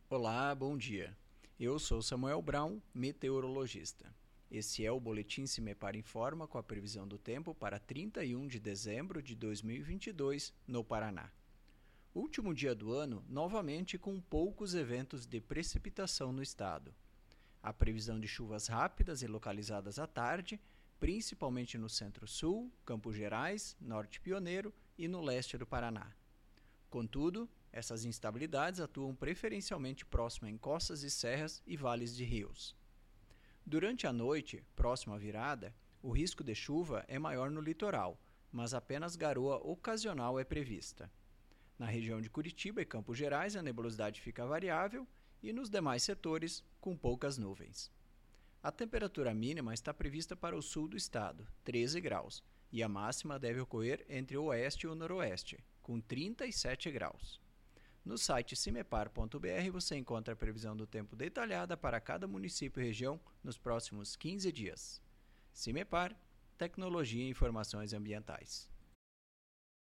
Olá, bom dia. Eu sou Samuel Brown, meteorologista. Esse é o Boletim CIMEPAR Informa com a previsão do tempo para 31 de dezembro de 2022, no Paraná. Último dia do ano, novamente com poucos eventos de precipitação no estado. A previsão de chuvas rápidas e localizadas à tarde, principalmente no centro-sul, Campos Gerais, Norte Pioneiro e no leste do Paraná. Contudo, essas instabilidades atuam preferencialmente próximo a encostas e serras e vales de rios. Durante a noite, próximo à virada, o risco de chuva é maior no litoral, mas apenas garoa ocasional é prevista. Na região de Curitiba e Campos Gerais, a nebulosidade fica variável e nos demais setores, com poucas nuvens. A temperatura mínima está prevista para o sul do estado, 13 graus, e a máxima deve ocorrer entre o oeste e o noroeste, com 37 graus. No site cimepar.br você encontra a previsão do tempo detalhada para cada município e região nos próximos 15 dias. Cimepar, Tecnologia e Informações Ambientais.